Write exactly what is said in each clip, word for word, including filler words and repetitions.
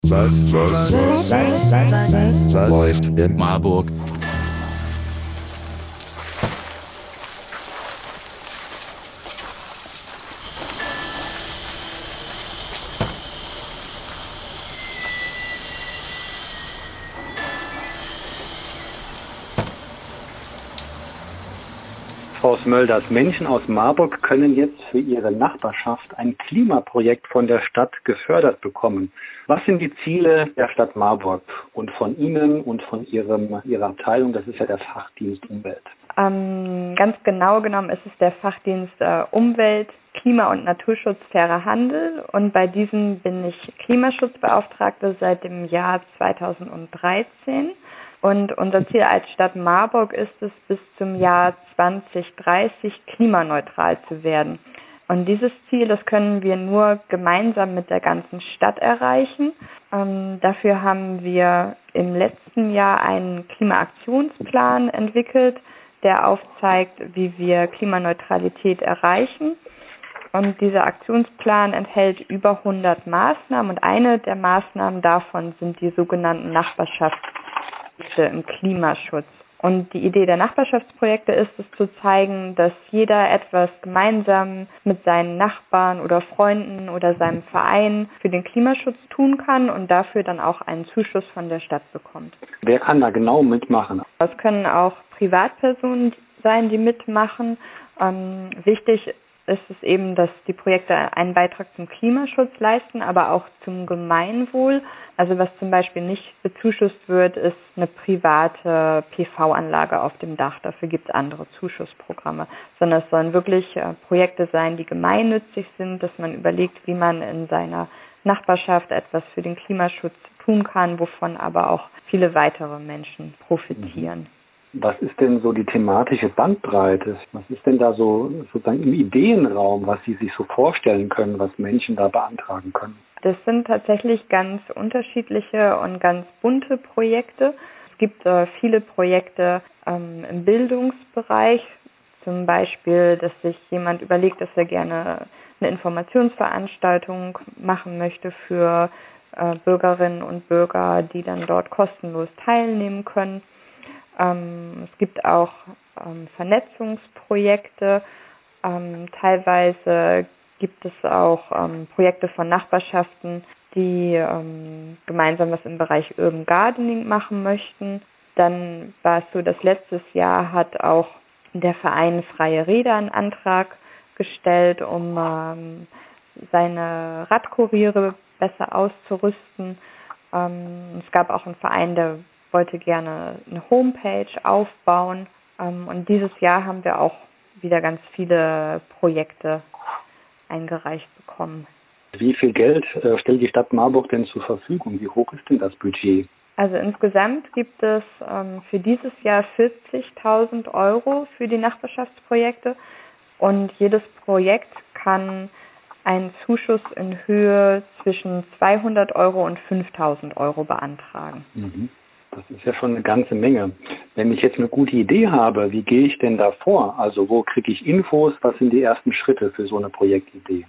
Was, was, was, was, was, was, was läuft in Marburg? Frau Smölders, Menschen aus Marburg können jetzt für ihre Nachbarschaft ein Klimaprojekt von der Stadt gefördert bekommen. Was sind die Ziele der Stadt Marburg und von Ihnen und von Ihrem, Ihrer Abteilung? Das ist ja der Fachdienst Umwelt. Ähm, ganz genau genommen ist es der Fachdienst äh, Umwelt, Klima- und Naturschutz, fairer Handel. Und bei diesem bin ich Klimaschutzbeauftragte seit dem Jahr zweitausenddreizehn. Und unser Ziel als Stadt Marburg ist es, bis zum Jahr zwanzig dreißig klimaneutral zu werden. Und dieses Ziel, das können wir nur gemeinsam mit der ganzen Stadt erreichen. Ähm, dafür haben wir im letzten Jahr einen Klimaaktionsplan entwickelt, der aufzeigt, wie wir Klimaneutralität erreichen. Und dieser Aktionsplan enthält über hundert Maßnahmen und eine der Maßnahmen davon sind die sogenannten Nachbarschaftsprojekte im Klimaschutz. Und die Idee der Nachbarschaftsprojekte ist es zu zeigen, dass jeder etwas gemeinsam mit seinen Nachbarn oder Freunden oder seinem Verein für den Klimaschutz tun kann und dafür dann auch einen Zuschuss von der Stadt bekommt. Wer kann da genau mitmachen? Es können auch Privatpersonen sein, die mitmachen. Ähm, wichtig ist es eben, dass die Projekte einen Beitrag zum Klimaschutz leisten, aber auch zum Gemeinwohl. Also was zum Beispiel nicht bezuschusst wird, ist eine private P V-Anlage auf dem Dach. Dafür gibt es andere Zuschussprogramme. Sondern es sollen wirklich äh, Projekte sein, die gemeinnützig sind, dass man überlegt, wie man in seiner Nachbarschaft etwas für den Klimaschutz tun kann, wovon aber auch viele weitere Menschen profitieren. Was ist denn so die thematische Bandbreite? Was ist denn da so sozusagen im Ideenraum, was Sie sich so vorstellen können, was Menschen da beantragen können? Das sind tatsächlich ganz unterschiedliche und ganz bunte Projekte. Es gibt äh, viele Projekte ähm, im Bildungsbereich, zum Beispiel, dass sich jemand überlegt, dass er gerne eine Informationsveranstaltung machen möchte für äh, Bürgerinnen und Bürger, die dann dort kostenlos teilnehmen können. Ähm, es gibt auch ähm, Vernetzungsprojekte. Ähm, teilweise gibt es auch ähm, Projekte von Nachbarschaften, die ähm, gemeinsam was im Bereich Urban Gardening machen möchten. Dann war es so, dass letztes Jahr hat auch der Verein Freie Räder einen Antrag gestellt, um ähm, seine Radkuriere besser auszurüsten. Ähm, es gab auch einen Verein, der wollte gerne eine Homepage aufbauen. Ähm, und dieses Jahr haben wir auch wieder ganz viele Projekte eingereicht bekommen. Wie viel Geld äh, stellt die Stadt Marburg denn zur Verfügung? Wie hoch ist denn das Budget? Also insgesamt gibt es ähm, für dieses Jahr vierzigtausend Euro für die Nachbarschaftsprojekte und jedes Projekt kann einen Zuschuss in Höhe zwischen zweihundert Euro und fünftausend Euro beantragen. Mhm. Das ist ja schon eine ganze Menge. Wenn ich jetzt eine gute Idee habe, wie gehe ich denn da vor? Also wo kriege ich Infos? Was sind die ersten Schritte für so eine Projektidee?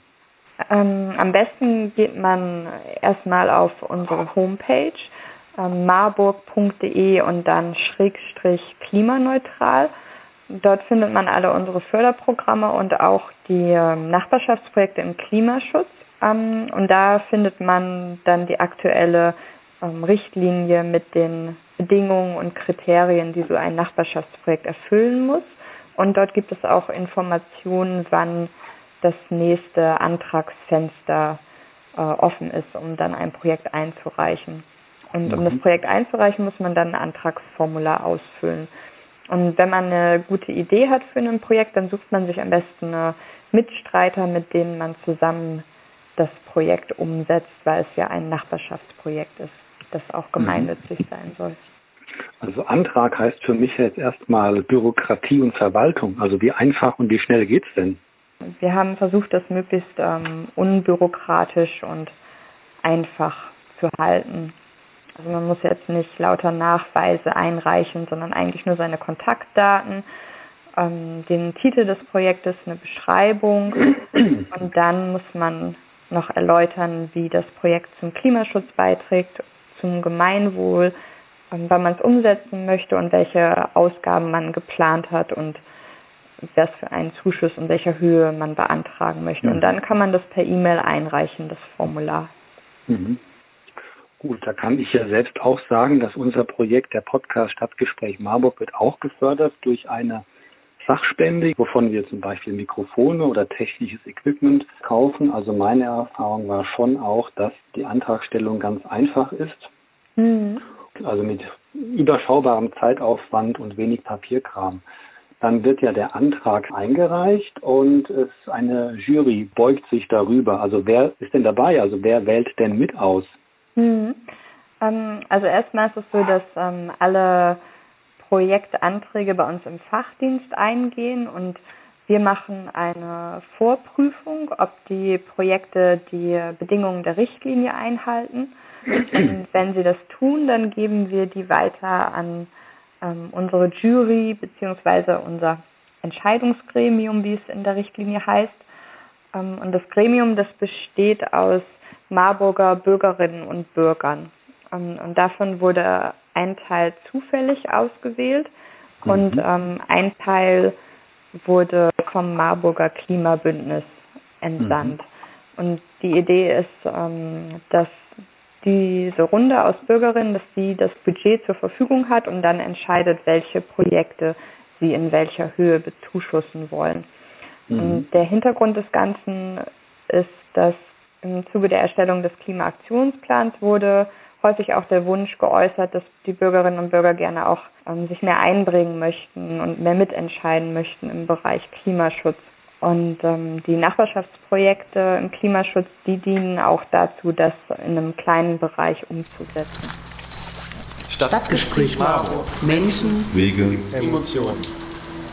Ähm, am besten geht man erstmal auf unsere Homepage ähm, marburg punkt de und dann Schrägstrich klimaneutral. Dort findet man alle unsere Förderprogramme und auch die ähm, Nachbarschaftsprojekte im Klimaschutz. Ähm, und da findet man dann die aktuelle ähm, Richtlinie mit den Bedingungen und Kriterien, die so ein Nachbarschaftsprojekt erfüllen muss. Und dort gibt es auch Informationen, wann das nächste Antragsfenster äh, offen ist, um dann ein Projekt einzureichen. Und mhm. um das Projekt einzureichen, muss man dann ein Antragsformular ausfüllen. Und wenn man eine gute Idee hat für ein Projekt, dann sucht man sich am besten eine Mitstreiter, mit denen man zusammen das Projekt umsetzt, weil es ja ein Nachbarschaftsprojekt ist, das auch gemeinnützig mhm. sein soll. Also Antrag heißt für mich jetzt erstmal Bürokratie und Verwaltung. Also wie einfach und wie schnell geht's denn? Wir haben versucht, das möglichst ähm, unbürokratisch und einfach zu halten. Also man muss jetzt nicht lauter Nachweise einreichen, sondern eigentlich nur seine Kontaktdaten, ähm, den Titel des Projektes, eine Beschreibung und dann muss man noch erläutern, wie das Projekt zum Klimaschutz beiträgt, zum Gemeinwohl, wann man es umsetzen möchte und welche Ausgaben man geplant hat und was für einen Zuschuss in welcher Höhe man beantragen möchte. Und dann kann man das per E-Mail einreichen, das Formular. Mhm. Gut, da kann ich ja selbst auch sagen, dass unser Projekt, der Podcast Stadtgespräch Marburg, wird auch gefördert durch eine Sachspende, wovon wir zum Beispiel Mikrofone oder technisches Equipment kaufen. Also meine Erfahrung war schon auch, dass die Antragstellung ganz einfach ist. Mhm. Also mit überschaubarem Zeitaufwand und wenig Papierkram. Dann wird ja der Antrag eingereicht und es eine Jury beugt sich darüber. Also wer ist denn dabei? Also wer wählt denn mit aus? Mhm. Ähm, also erstmal ist es so, dass ähm, alle Projektanträge bei uns im Fachdienst eingehen und wir machen eine Vorprüfung, ob die Projekte die Bedingungen der Richtlinie einhalten. Und wenn sie das tun, dann geben wir die weiter an ähm, unsere Jury bzw. unser Entscheidungsgremium, wie es in der Richtlinie heißt. Ähm, und das Gremium, das besteht aus Marburger Bürgerinnen und Bürgern. Ähm, und davon wurde ein Teil zufällig ausgewählt mhm. und ähm, ein Teil wurde vom Marburger Klimabündnis entsandt. Mhm. Und die Idee ist, ähm, dass diese Runde aus Bürgerinnen, dass sie das Budget zur Verfügung hat und dann entscheidet, welche Projekte sie in welcher Höhe bezuschussen wollen. Mhm. Und der Hintergrund des Ganzen ist, dass im Zuge der Erstellung des Klimaaktionsplans wurde häufig auch der Wunsch geäußert, dass die Bürgerinnen und Bürger gerne auch ähm, sich mehr einbringen möchten und mehr mitentscheiden möchten im Bereich Klimaschutz. Und ähm, die Nachbarschaftsprojekte im Klimaschutz, die dienen auch dazu, das in einem kleinen Bereich umzusetzen. Stadtgespräch Marburg. Menschen, Wege, Emotionen.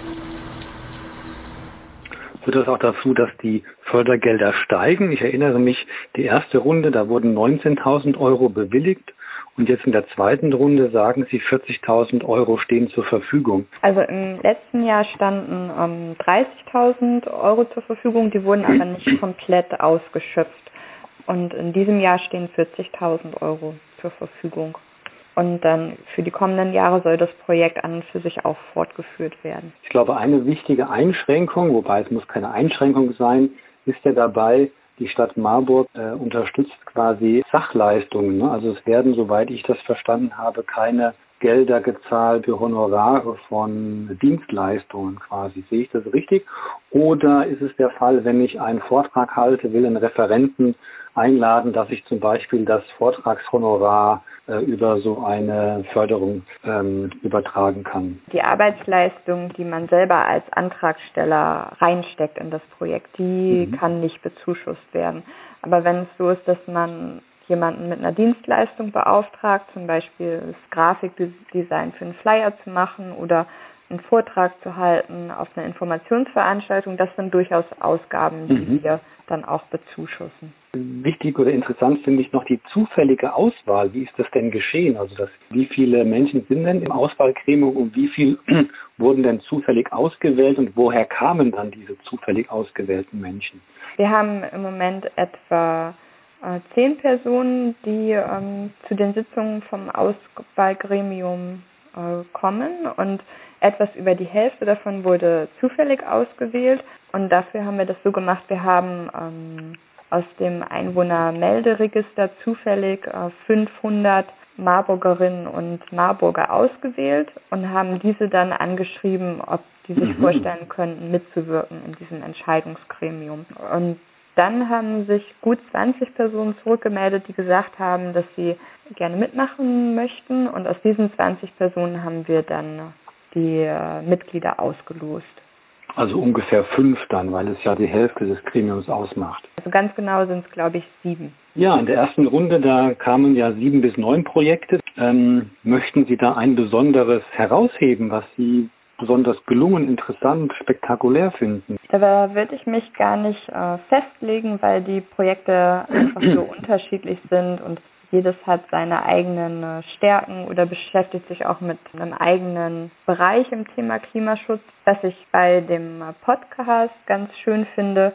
Führt das auch dazu, dass die Fördergelder steigen? Ich erinnere mich, die erste Runde, da wurden neunzehntausend Euro bewilligt und jetzt in der zweiten Runde sagen Sie, vierzigtausend Euro stehen zur Verfügung. Also im letzten Jahr standen ähm, dreißigtausend Euro zur Verfügung, die wurden aber nicht komplett ausgeschöpft. Und in diesem Jahr stehen vierzigtausend Euro zur Verfügung. Und dann für die kommenden Jahre soll das Projekt an und für sich auch fortgeführt werden. Ich glaube, eine wichtige Einschränkung, wobei es muss keine Einschränkung sein, ist ja dabei, die Stadt Marburg äh, unterstützt quasi Sachleistungen. Ne? Also es werden, soweit ich das verstanden habe, keine Gelder gezahlt für Honorare von Dienstleistungen quasi. Sehe ich das richtig? Oder ist es der Fall, wenn ich einen Vortrag halte, will einen Referenten einladen, dass ich zum Beispiel das Vortragshonorar äh, über so eine Förderung ähm, übertragen kann? Die Arbeitsleistung, die man selber als Antragsteller reinsteckt in das Projekt, die mhm. kann nicht bezuschusst werden. Aber wenn es so ist, dass man jemanden mit einer Dienstleistung beauftragt, zum Beispiel das Grafikdesign für einen Flyer zu machen oder einen Vortrag zu halten auf einer Informationsveranstaltung, das sind durchaus Ausgaben, die mhm. wir dann auch bezuschussen. Wichtig oder interessant finde ich noch die zufällige Auswahl. Wie ist das denn geschehen? Also das, wie viele Menschen sind denn im Auswahlgremium und wie viel wurden denn zufällig ausgewählt und woher kamen dann diese zufällig ausgewählten Menschen? Wir haben im Moment etwa äh, zehn Personen, die ähm, zu den Sitzungen vom Auswahlgremium äh, kommen und etwas über die Hälfte davon wurde zufällig ausgewählt und dafür haben wir das so gemacht, wir haben ähm, aus dem Einwohnermelderegister zufällig äh, fünfhundert Marburgerinnen und Marburger ausgewählt und haben diese dann angeschrieben, ob die sich mhm. vorstellen könnten, mitzuwirken in diesem Entscheidungsgremium. Und dann haben sich gut zwanzig Personen zurückgemeldet, die gesagt haben, dass sie gerne mitmachen möchten und aus diesen zwanzig Personen haben wir dann die äh, Mitglieder ausgelost. Also ungefähr fünf dann, weil es ja die Hälfte des Gremiums ausmacht. Also ganz genau sind es, glaube ich, sieben. Ja, in der ersten Runde, da kamen ja sieben bis neun Projekte. Ähm, möchten Sie da ein besonderes herausheben, was Sie besonders gelungen, interessant, spektakulär finden? Da würde ich mich gar nicht äh, festlegen, weil die Projekte einfach so unterschiedlich sind und jedes hat seine eigenen äh, Stärken oder beschäftigt sich auch mit einem eigenen Bereich im Thema Klimaschutz. Was ich bei dem Podcast ganz schön finde,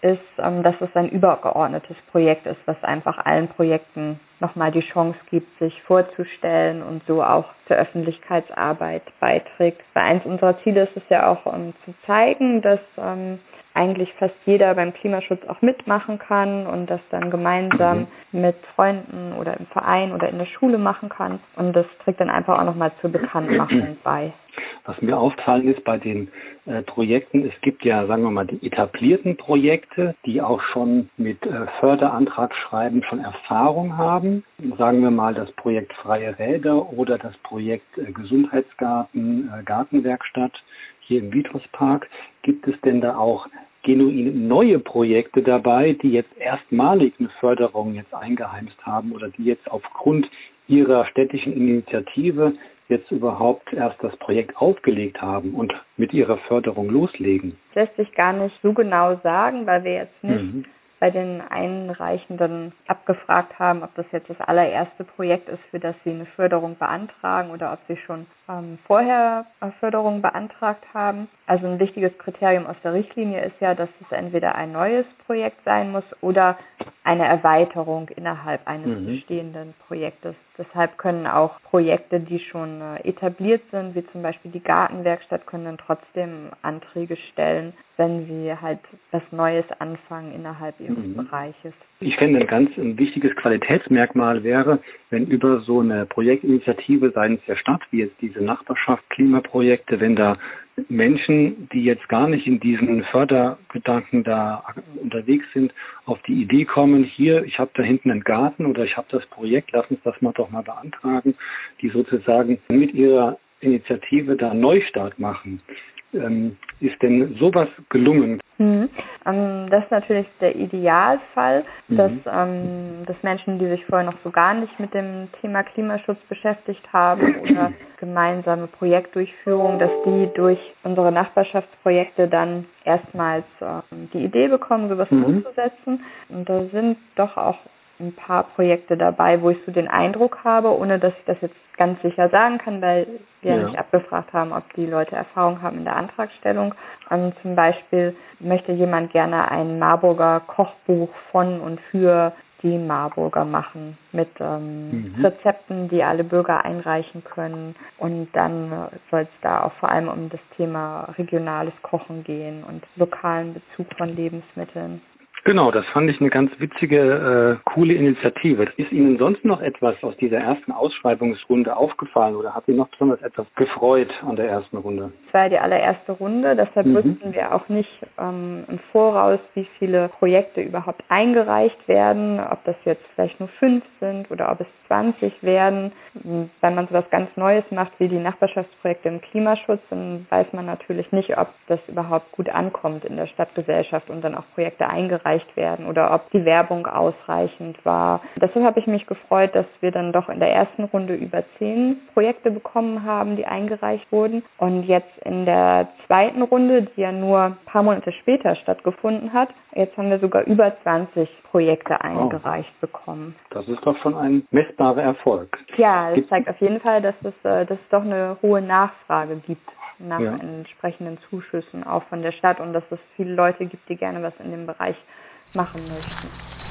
ist, ähm, dass es ein übergeordnetes Projekt ist, was einfach allen Projekten nochmal die Chance gibt, sich vorzustellen und so auch zur Öffentlichkeitsarbeit beiträgt. Weil eins unserer Ziele ist es ja auch, um zu zeigen, dass ähm, eigentlich fast jeder beim Klimaschutz auch mitmachen kann und das dann gemeinsam mhm. mit Freunden oder im Verein oder in der Schule machen kann. Und das trägt dann einfach auch nochmal zur Bekanntmachung bei. Was mir aufgefallen ist bei den äh, Projekten, es gibt ja, sagen wir mal, die etablierten Projekte, die auch schon mit äh, Förderantragsschreiben schon Erfahrung haben. Sagen wir mal das Projekt Freie Räder oder das Projekt äh, Gesundheitsgarten, äh, Gartenwerkstatt hier im Vitruspark. Gibt es denn da auch genuin neue Projekte dabei, die jetzt erstmalig eine Förderung jetzt eingeheimst haben oder die jetzt aufgrund ihrer städtischen Initiative jetzt überhaupt erst das Projekt aufgelegt haben und mit ihrer Förderung loslegen? Das lässt sich gar nicht so genau sagen, weil wir jetzt nicht Mhm. bei den Einreichenden abgefragt haben, ob das jetzt das allererste Projekt ist, für das sie eine Förderung beantragen oder ob sie schon ähm, vorher eine Förderung beantragt haben. Also ein wichtiges Kriterium aus der Richtlinie ist ja, dass es entweder ein neues Projekt sein muss oder eine Erweiterung innerhalb eines mhm. bestehenden Projektes. Deshalb können auch Projekte, die schon äh, etabliert sind, wie zum Beispiel die Gartenwerkstatt, können dann trotzdem Anträge stellen, wenn sie halt was Neues anfangen innerhalb ihres mhm. Bereiches. Ich finde, ein ganz ein wichtiges Qualitätsmerkmal wäre, wenn über so eine Projektinitiative seitens der Stadt, wie jetzt diese Nachbarschaft, Klimaprojekte, wenn da Menschen, die jetzt gar nicht in diesen Fördergedanken da unterwegs sind, auf die Idee kommen, hier, ich habe da hinten einen Garten oder ich habe das Projekt, lass uns das mal doch mal beantragen, die sozusagen mit ihrer Initiative da Neustart machen. Ähm, ist denn sowas gelungen? Mhm. Ähm, das ist natürlich der Idealfall, mhm. dass, ähm, dass Menschen, die sich vorher noch so gar nicht mit dem Thema Klimaschutz beschäftigt haben oder gemeinsame Projektdurchführung, dass die durch unsere Nachbarschaftsprojekte dann erstmals ähm, die Idee bekommen, sowas mhm. umzusetzen. Und da sind doch auch ein paar Projekte dabei, wo ich so den Eindruck habe, ohne dass ich das jetzt ganz sicher sagen kann, weil wir ja nicht abgefragt haben, ob die Leute Erfahrung haben in der Antragstellung. Ähm, zum Beispiel möchte jemand gerne ein Marburger Kochbuch von und für die Marburger machen mit ähm, mhm. Rezepten, die alle Bürger einreichen können. Und dann äh, soll es da auch vor allem um das Thema regionales Kochen gehen und lokalen Bezug von Lebensmitteln. Genau, das fand ich eine ganz witzige, äh, coole Initiative. Ist Ihnen sonst noch etwas aus dieser ersten Ausschreibungsrunde aufgefallen oder hat Sie noch besonders etwas gefreut an der ersten Runde? Es war die allererste Runde, deshalb mhm. wussten wir auch nicht ähm, im Voraus, wie viele Projekte überhaupt eingereicht werden, ob das jetzt vielleicht nur fünf sind oder ob es zwanzig werden. Wenn man so was ganz Neues macht wie die Nachbarschaftsprojekte im Klimaschutz, dann weiß man natürlich nicht, ob das überhaupt gut ankommt in der Stadtgesellschaft und dann auch Projekte eingereicht werden oder ob die Werbung ausreichend war. Deshalb habe ich mich gefreut, dass wir dann doch in der ersten Runde über zehn Projekte bekommen haben, die eingereicht wurden. Und jetzt in der zweiten Runde, die ja nur ein paar Monate später stattgefunden hat, jetzt haben wir sogar über zwanzig Projekte eingereicht oh. bekommen. Das ist doch schon ein messbarer Erfolg. Ja, das zeigt auf jeden Fall, dass es, dass es doch eine hohe Nachfrage gibt nach ja. entsprechenden Zuschüssen auch von der Stadt und dass es viele Leute gibt, die gerne was in dem Bereich machen möchten.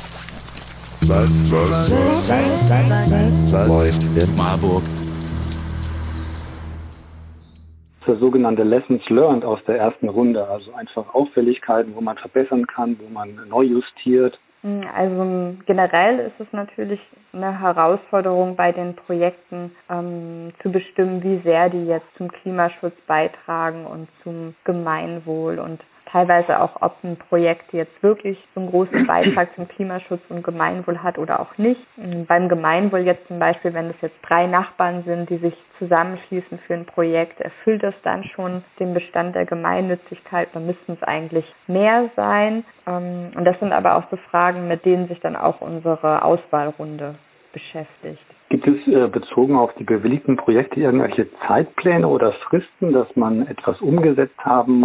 Was, was, was, was, was, was läuft in Marburg? Das sogenannte Lessons Learned aus der ersten Runde, also einfach Auffälligkeiten, wo man verbessern kann, wo man neu justiert. Also generell ist es natürlich eine Herausforderung bei den Projekten ähm, zu bestimmen, wie sehr die jetzt zum Klimaschutz beitragen und zum Gemeinwohl und teilweise auch, ob ein Projekt jetzt wirklich so einen großen Beitrag zum Klimaschutz und Gemeinwohl hat oder auch nicht. Beim Gemeinwohl jetzt zum Beispiel, wenn es jetzt drei Nachbarn sind, die sich zusammenschließen für ein Projekt, erfüllt das dann schon den Bestand der Gemeinnützigkeit, dann müssten es eigentlich mehr sein. Und das sind aber auch so Fragen, mit denen sich dann auch unsere Auswahlrunde beschäftigt. Gibt es äh, bezogen auf die bewilligten Projekte irgendwelche Zeitpläne oder Fristen, dass man etwas umgesetzt haben muss?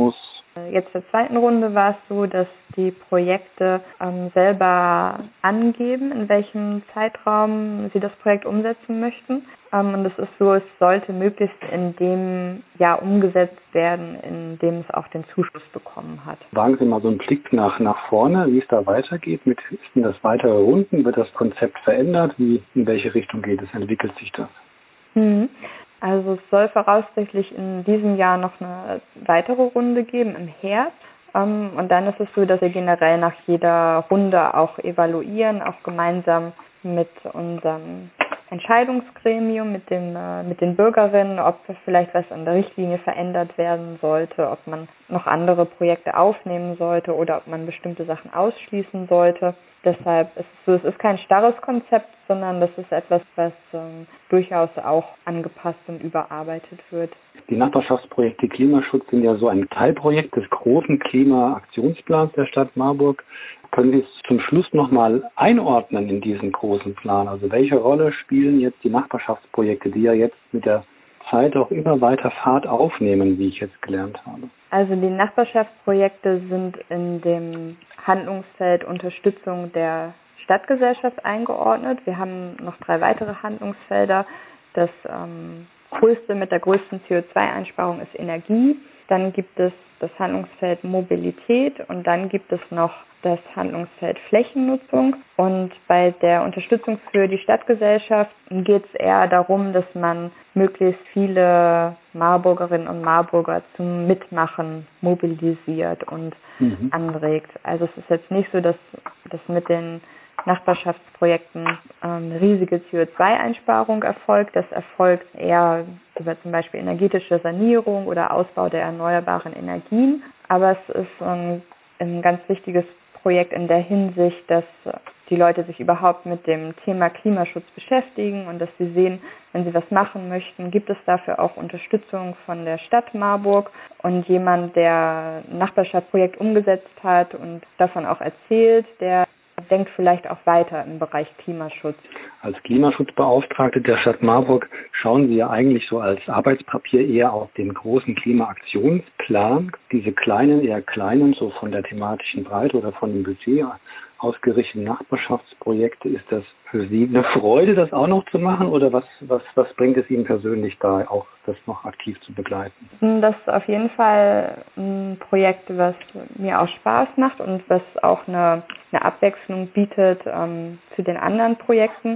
Jetzt der zweiten Runde war es so, dass die Projekte ähm, selber angeben, in welchem Zeitraum sie das Projekt umsetzen möchten. Ähm, und es ist so, es sollte möglichst in dem Jahr umgesetzt werden, in dem es auch den Zuschuss bekommen hat. Wagen Sie mal so einen Blick nach, nach vorne, wie es da weitergeht. Mit, ist denn das weitere Runden? Wird das Konzept verändert? Wie, in welche Richtung geht es? Entwickelt sich das? Mhm. Also es soll voraussichtlich in diesem Jahr noch eine weitere Runde geben im Herbst. Ähm, und dann ist es so, dass wir generell nach jeder Runde auch evaluieren, auch gemeinsam mit unserem Entscheidungsgremium, mit dem, äh, mit den Bürgerinnen, ob vielleicht was an der Richtlinie verändert werden sollte, ob man noch andere Projekte aufnehmen sollte oder ob man bestimmte Sachen ausschließen sollte. Deshalb ist es so, es ist kein starres Konzept, sondern das ist etwas, was ähm, durchaus auch angepasst und überarbeitet wird. Die Nachbarschaftsprojekte Klimaschutz sind ja so ein Teilprojekt des großen Klimaaktionsplans der Stadt Marburg. Können Sie es zum Schluss nochmal einordnen in diesen großen Plan? Also welche Rolle spielen jetzt die Nachbarschaftsprojekte, die ja jetzt mit der Zeit auch immer weiter Fahrt aufnehmen, wie ich jetzt gelernt habe? Also die Nachbarschaftsprojekte sind in dem Handlungsfeld Unterstützung der Stadtgesellschaft eingeordnet. Wir haben noch drei weitere Handlungsfelder. Das ähm, größte mit der größten C O zwei Einsparung ist Energie. Dann gibt es das Handlungsfeld Mobilität und dann gibt es noch das Handlungsfeld Flächennutzung. Und bei der Unterstützung für die Stadtgesellschaft geht es eher darum, dass man möglichst viele Marburgerinnen und Marburger zum Mitmachen mobilisiert und mhm. anregt. Also es ist jetzt nicht so, dass das mit den Nachbarschaftsprojekten ähm, eine riesige C O zwei Einsparung erfolgt. Das erfolgt eher über zum Beispiel energetische Sanierung oder Ausbau der erneuerbaren Energien. Aber es ist ein, ein ganz wichtiges Projekt in der Hinsicht, dass die Leute sich überhaupt mit dem Thema Klimaschutz beschäftigen und dass sie sehen, wenn sie was machen möchten, gibt es dafür auch Unterstützung von der Stadt Marburg. Und jemand, der ein Nachbarschaftsprojekt umgesetzt hat und davon auch erzählt, der denkt vielleicht auch weiter im Bereich Klimaschutz. Als Klimaschutzbeauftragte der Stadt Marburg schauen Sie ja eigentlich so als Arbeitspapier eher auf den großen Klimaaktionsplan. Diese kleinen, eher kleinen, so von der thematischen Breite oder von dem Budget ausgerichteten Nachbarschaftsprojekte. Ist das für Sie eine Freude, das auch noch zu machen? Oder was, was, was bringt es Ihnen persönlich da, auch das noch aktiv zu begleiten? Das ist auf jeden Fall ein Projekt, was mir auch Spaß macht und was auch eine, eine Abwechslung bietet ähm, zu den anderen Projekten.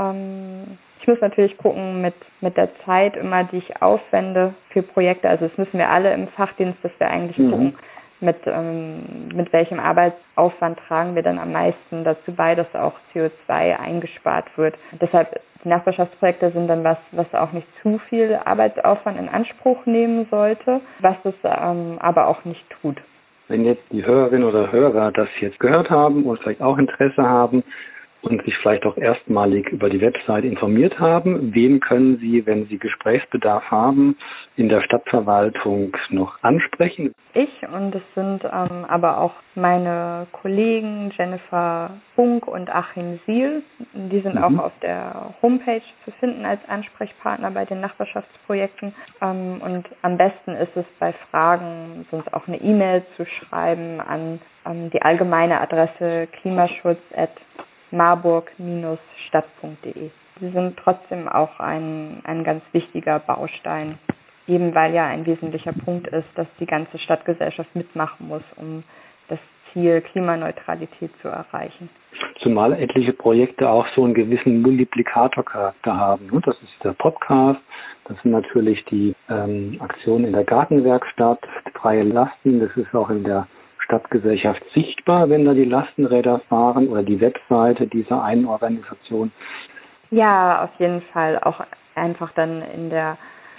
Ähm, ich muss natürlich gucken mit, mit der Zeit immer, die ich aufwende für Projekte. Also das müssen wir alle im Fachdienst, dass wir eigentlich mhm. gucken, mit, ähm, mit welchem Arbeitsaufwand tragen wir dann am meisten dazu bei, dass auch C O zwei eingespart wird. Deshalb, die Nachbarschaftsprojekte sind dann was, was auch nicht zu viel Arbeitsaufwand in Anspruch nehmen sollte, was es ähm, aber auch nicht tut. Wenn jetzt die Hörerinnen oder Hörer das jetzt gehört haben und vielleicht auch Interesse haben und sich vielleicht auch erstmalig über die Website informiert haben, wen können Sie, wenn Sie Gesprächsbedarf haben, in der Stadtverwaltung noch ansprechen? Ich und es sind ähm, aber auch meine Kollegen Jennifer Funk und Achim Siel. Die sind mhm. auch auf der Homepage zu finden als Ansprechpartner bei den Nachbarschaftsprojekten. Ähm, und am besten ist es bei Fragen, sonst auch eine E-Mail zu schreiben an ähm, die allgemeine Adresse klimaschutz at marburg Bindestrich stadt punkt de. Sie sind trotzdem auch ein, ein ganz wichtiger Baustein, eben weil ja ein wesentlicher Punkt ist, dass die ganze Stadtgesellschaft mitmachen muss, um das Ziel Klimaneutralität zu erreichen. Zumal etliche Projekte auch so einen gewissen Multiplikatorcharakter haben. Das ist der Podcast, das sind natürlich die ähm, Aktionen in der Gartenwerkstatt, freie Lasten, das ist auch in der Stadtgesellschaft sichtbar, wenn da die Lastenräder fahren oder die Webseite dieser einen Organisation. Ja, auf jeden Fall auch einfach dann in der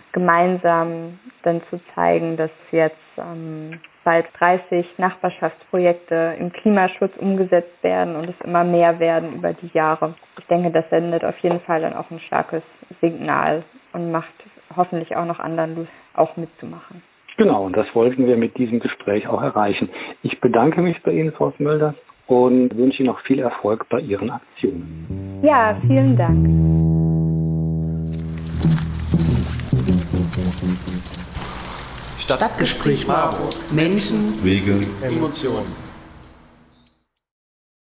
gemeinsam dann zu zeigen, dass jetzt ähm, bald dreißig Nachbarschaftsprojekte im Klimaschutz umgesetzt werden und es immer mehr werden über die Jahre. Ich denke, das sendet auf jeden Fall dann auch ein starkes Signal und macht hoffentlich auch noch anderen Lust, auch mitzumachen. Genau, und das wollten wir mit diesem Gespräch auch erreichen. Ich bedanke mich bei Ihnen, Frau Smölders, und wünsche Ihnen noch viel Erfolg bei Ihren Aktionen. Ja, vielen Dank. Stadtgespräch Marburg. Menschen, Wege, Emotionen.